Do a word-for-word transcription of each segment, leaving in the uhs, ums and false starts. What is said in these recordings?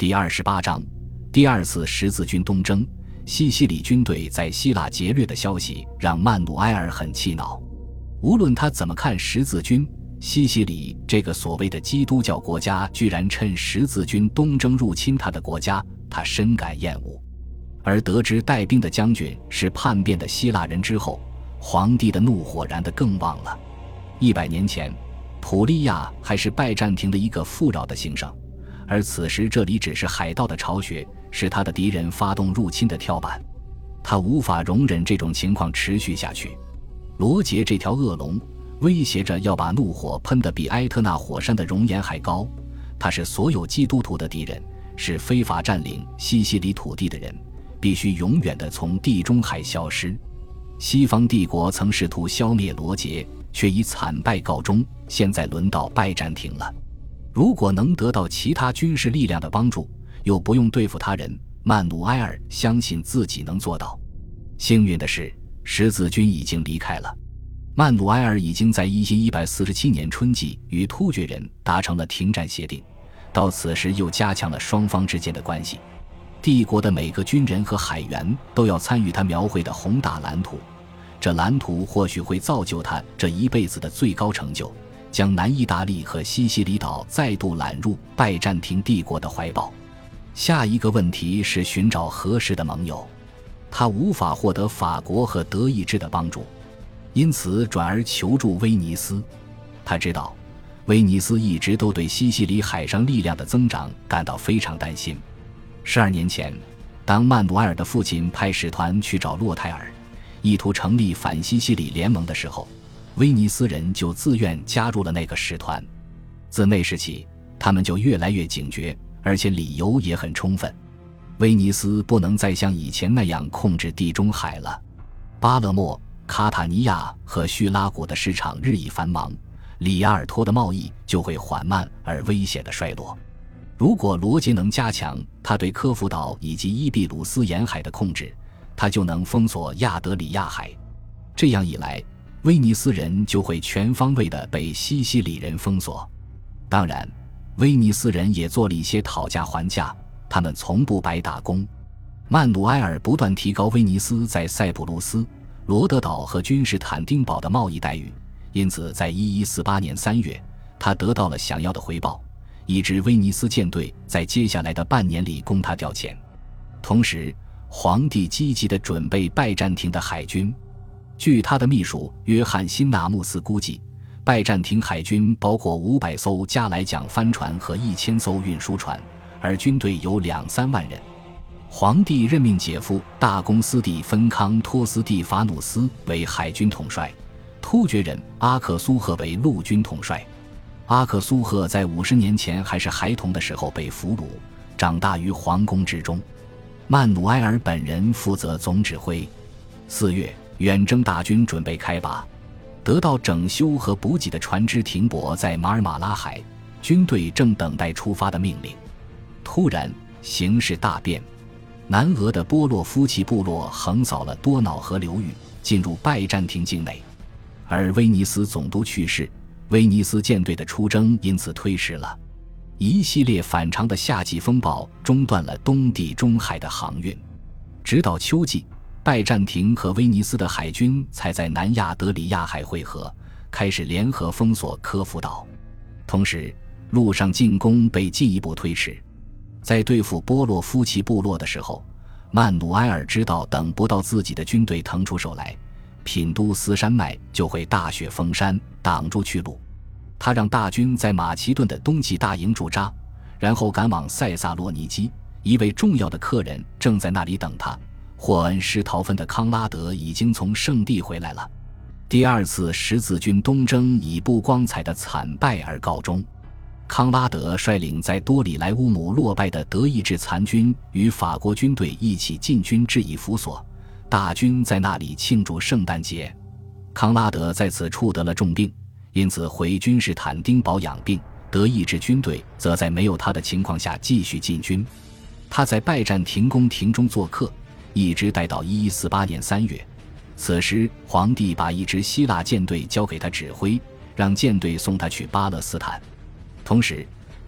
第二十八章，第二次十字军东征。西西里军队在希腊劫掠的消息让曼努埃尔很气恼。无论他怎么看十字军，西西里这个所谓的基督教国家居然趁十字军东征入侵他的国家，他深感厌恶。而得知带兵的将军是叛变的希腊人之后，皇帝的怒火燃得更旺了。一百年前，普利亚还是拜占庭的一个富饶的行省，而此时这里只是海盗的巢穴，是他的敌人发动入侵的跳板。他无法容忍这种情况持续下去。罗杰这条恶龙威胁着要把怒火喷得比埃特纳火山的熔岩还高。他是所有基督徒的敌人，是非法占领西西里土地的人，必须永远地从地中海消失。西方帝国曾试图消灭罗杰，却以惨败告终，现在轮到拜占庭了。如果能得到其他军事力量的帮助，又不用对付他人，曼努埃尔相信自己能做到。幸运的是，十字军已经离开了。曼努埃尔已经在一百四十七年春季与突厥人达成了停战协定，到此时又加强了双方之间的关系。帝国的每个军人和海员都要参与他描绘的宏大蓝图，这蓝图或许会造就他这一辈子的最高成就，将南意大利和西西里岛再度揽入拜占庭帝国的怀抱。下一个问题是寻找合适的盟友，他无法获得法国和德意志的帮助，因此转而求助威尼斯。他知道威尼斯一直都对西西里海上力量的增长感到非常担心。十二年前，当曼努埃尔的父亲派使团去找洛泰尔，意图成立反西西里联盟的时候，威尼斯人就自愿加入了那个使团。自那时起，他们就越来越警觉，而且理由也很充分。威尼斯不能再像以前那样控制地中海了。巴勒莫、卡塔尼亚和叙拉古的市场日益繁忙，里亚尔托的贸易就会缓慢而危险的衰落。如果罗杰能加强他对科孚岛以及伊比鲁斯沿海的控制，他就能封锁亚得里亚海。这样一来，威尼斯人就会全方位地被西西里人封锁。当然，威尼斯人也做了一些讨价还价，他们从不白打工。曼努埃尔不断提高威尼斯在塞浦路斯、罗德岛和君士坦丁堡的贸易待遇，因此在一一四八年三月，他得到了想要的回报，以致威尼斯舰队在接下来的半年里供他调遣。同时，皇帝积极地准备拜占庭的海军。据他的秘书约翰辛纳穆斯估计，拜占庭海军包括五百艘加莱桨帆船和一千艘运输船，而军队有两三万人。皇帝任命姐夫大公司蒂芬康托斯蒂法努斯为海军统帅，突厥人阿克苏赫为陆军统帅。阿克苏赫在五十年前还是孩童的时候被俘虏，长大于皇宫之中。曼努埃尔本人负责总指挥。四月，远征大军准备开拔，得到整修和补给的船只停泊在马尔马拉海，军队正等待出发的命令。突然，形势大变，南俄的波洛夫奇部落横扫了多瑙河流域，进入拜占庭境内，而威尼斯总督去世，威尼斯舰队的出征因此推迟了。一系列反常的夏季风暴中断了东地中海的航运，直到秋季，拜占庭和威尼斯的海军才在南亚德里亚海会合，开始联合封锁科孚岛。同时，陆上进攻被进一步推迟。在对付波洛夫奇部落的时候，曼努埃尔知道等不到自己的军队腾出手来，品都斯山脉就会大雪封山，挡住去路。他让大军在马其顿的冬季大营驻扎，然后赶往塞萨洛尼基，一位重要的客人正在那里等他。霍恩施陶芬的康拉德已经从圣地回来了。第二次十字军东征以不光彩的惨败而告终。康拉德率领在多里莱乌姆落败的德意志残军与法国军队一起进军至以弗所，大军在那里庆祝圣诞节。康拉德在此触得了重病，因此回君士坦丁堡养病，德意志军队则在没有他的情况下继续进军。他在拜占庭宫廷中做客，一直待到一一四八年三月。此时皇帝把一支希腊舰队交给他指挥，让舰队送他去巴勒斯坦。同时，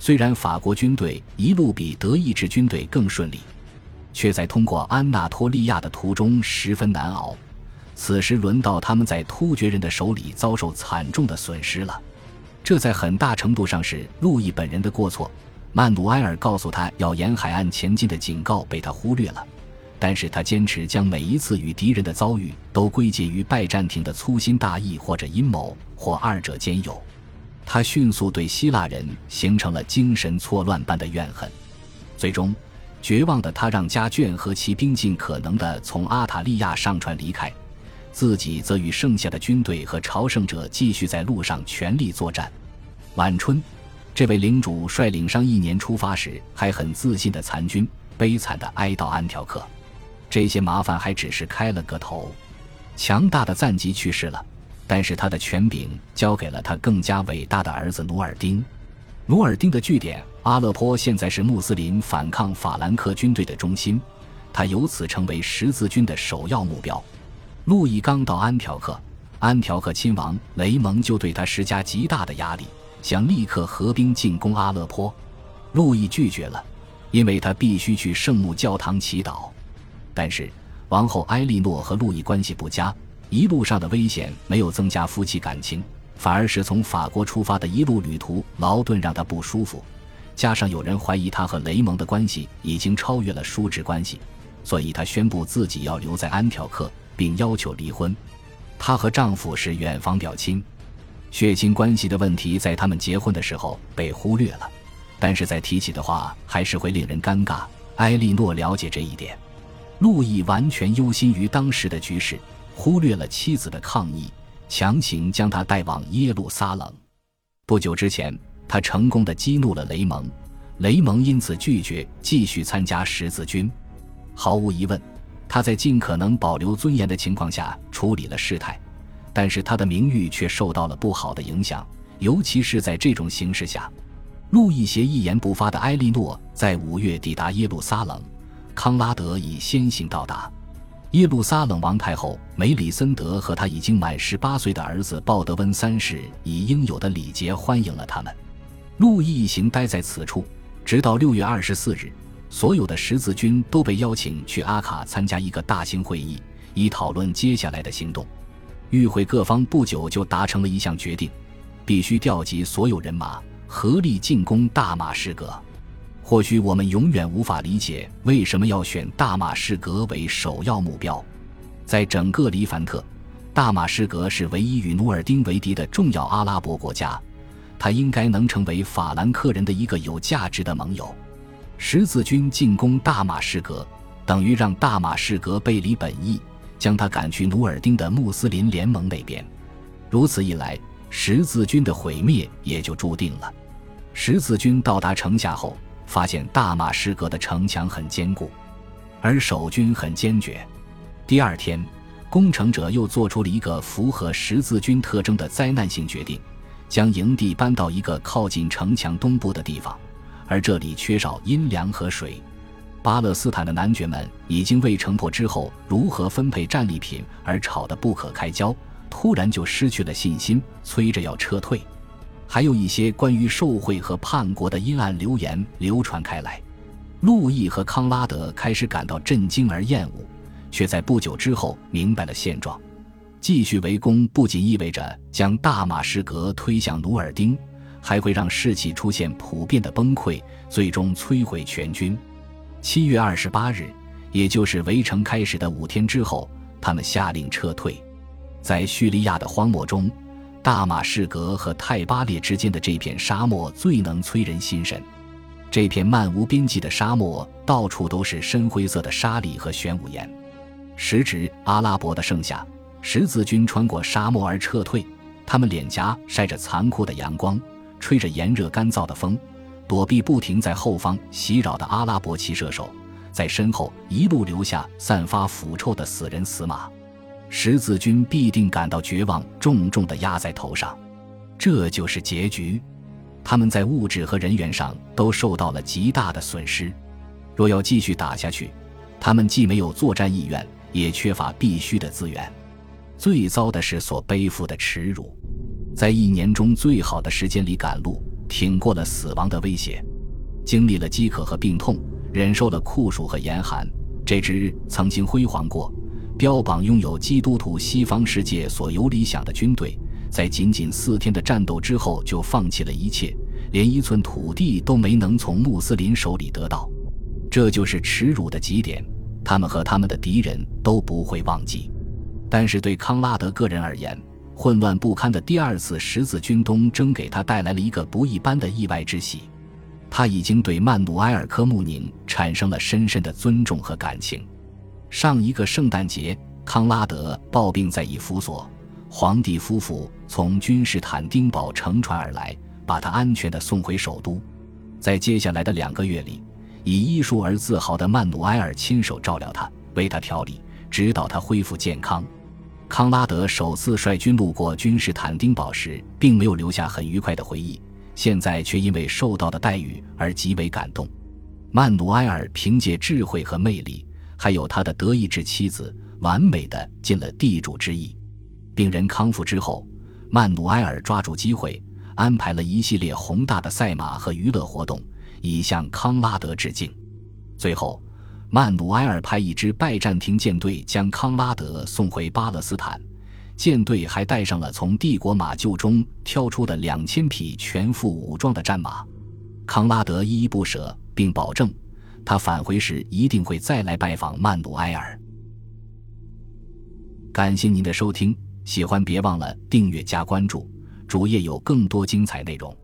虽然法国军队一路比德意志军队更顺利，却在通过安纳托利亚的途中十分难熬。此时轮到他们在突厥人的手里遭受惨重的损失了。这在很大程度上是路易本人的过错，曼努埃尔告诉他要沿海岸前进的警告被他忽略了，但是他坚持将每一次与敌人的遭遇都归结于拜占庭的粗心大意或者阴谋，或二者兼有。他迅速对希腊人形成了精神错乱般的怨恨，最终绝望的他让家眷和骑兵尽可能地从阿塔利亚上船离开，自己则与剩下的军队和朝圣者继续在路上全力作战。晚春，这位领主率领上一年出发时还很自信的残军悲惨地哀悼安条克。这些麻烦还只是开了个头，强大的赞吉去世了，但是他的权柄交给了他更加伟大的儿子努尔丁。努尔丁的据点阿勒颇现在是穆斯林反抗法兰克军队的中心，他由此成为十字军的首要目标。路易刚到安条克，安条克亲王雷蒙就对他施加极大的压力，想立刻合兵进攻阿勒颇。路易拒绝了，因为他必须去圣母教堂祈祷。但是王后埃莉诺和路易关系不佳，一路上的危险没有增加夫妻感情，反而是从法国出发的一路旅途劳顿让他不舒服，加上有人怀疑他和雷蒙的关系已经超越了叔侄关系，所以他宣布自己要留在安条克，并要求离婚。她和丈夫是远房表亲，血亲关系的问题在他们结婚的时候被忽略了，但是再提起的话还是会令人尴尬。埃莉诺了解这一点。路易完全忧心于当时的局势，忽略了妻子的抗议，强行将她带往耶路撒冷。不久之前，他成功地激怒了雷蒙，雷蒙因此拒绝继续参加十字军。毫无疑问，他在尽可能保留尊严的情况下处理了事态，但是他的名誉却受到了不好的影响，尤其是在这种形势下。路易协一言不发的埃莉诺在五月抵达耶路撒冷，康拉德已先行到达。耶路撒冷王太后梅里森德和他已经满十八岁的儿子鲍德温三世以应有的礼节欢迎了他们。路易一行待在此处，直到六月二十四日，所有的十字军都被邀请去阿卡参加一个大型会议，以讨论接下来的行动。与会各方不久就达成了一项决定，必须调集所有人马，合力进攻大马士革。或许我们永远无法理解为什么要选大马士革为首要目标。在整个黎凡特，大马士革是唯一与努尔丁为敌的重要阿拉伯国家，它应该能成为法兰克人的一个有价值的盟友。十字军进攻大马士革，等于让大马士革背离本意，将他赶去努尔丁的穆斯林联盟那边。如此一来，十字军的毁灭也就注定了。十字军到达城下后，发现大马士革的城墙很坚固，而守军很坚决。第二天，攻城者又做出了一个符合十字军特征的灾难性决定，将营地搬到一个靠近城墙东部的地方，而这里缺少阴凉和水。巴勒斯坦的男爵们已经为城破之后如何分配战利品而吵得不可开交，突然就失去了信心，催着要撤退。还有一些关于受贿和叛国的阴暗流言流传开来，路易和康拉德开始感到震惊而厌恶，却在不久之后明白了现状。继续围攻不仅意味着将大马士革推向努尔丁，还会让士气出现普遍的崩溃，最终摧毁全军。七月二十八日，也就是围城开始的五天之后，他们下令撤退。在叙利亚的荒漠中，大马士革和泰巴列之间的这片沙漠最能催人心神。这片漫无边际的沙漠到处都是深灰色的沙砾和玄武岩。时值阿拉伯的盛夏，十字军穿过沙漠而撤退，他们脸颊晒着残酷的阳光，吹着炎热干燥的风，躲避不停在后方袭扰的阿拉伯骑射手，在身后一路留下散发腐臭的死人死马。十字军必定感到绝望，重重地压在头上。这就是结局。他们在物质和人员上都受到了极大的损失。若要继续打下去，他们既没有作战意愿，也缺乏必须的资源。最糟的是所背负的耻辱。在一年中最好的时间里赶路， 挺过了死亡的威胁。经历了饥渴和病痛，忍受了酷暑和严寒，这支曾经辉煌过、标榜拥有基督徒西方世界所有理想的军队，在仅仅四天的战斗之后就放弃了一切，连一寸土地都没能从穆斯林手里得到。这就是耻辱的极点，他们和他们的敌人都不会忘记。但是对康拉德个人而言，混乱不堪的第二次十字军东征给他带来了一个不一般的意外之喜。他已经对曼努埃尔科穆宁产生了深深的尊重和感情。上一个圣诞节，康拉德抱病在以弗所，皇帝夫妇从君士坦丁堡乘船而来，把他安全地送回首都。在接下来的两个月里，以医术而自豪的曼努埃尔亲手照料他，为他调理，直到他恢复健康。康拉德首次率军路过君士坦丁堡时，并没有留下很愉快的回忆，现在却因为受到的待遇而极为感动。曼努埃尔凭借智慧和魅力，还有他的德意志妻子，完美地尽了地主之谊。病人康复之后，曼努埃尔抓住机会，安排了一系列宏大的赛马和娱乐活动，以向康拉德致敬。最后，曼努埃尔派一支拜占庭舰队将康拉德送回巴勒斯坦，舰队还带上了从帝国马厩中挑出的两千匹全副武装的战马。康拉德依依不舍，并保证他返回时一定会再来拜访曼努埃尔。感谢您的收听，喜欢别忘了订阅加关注，主页有更多精彩内容。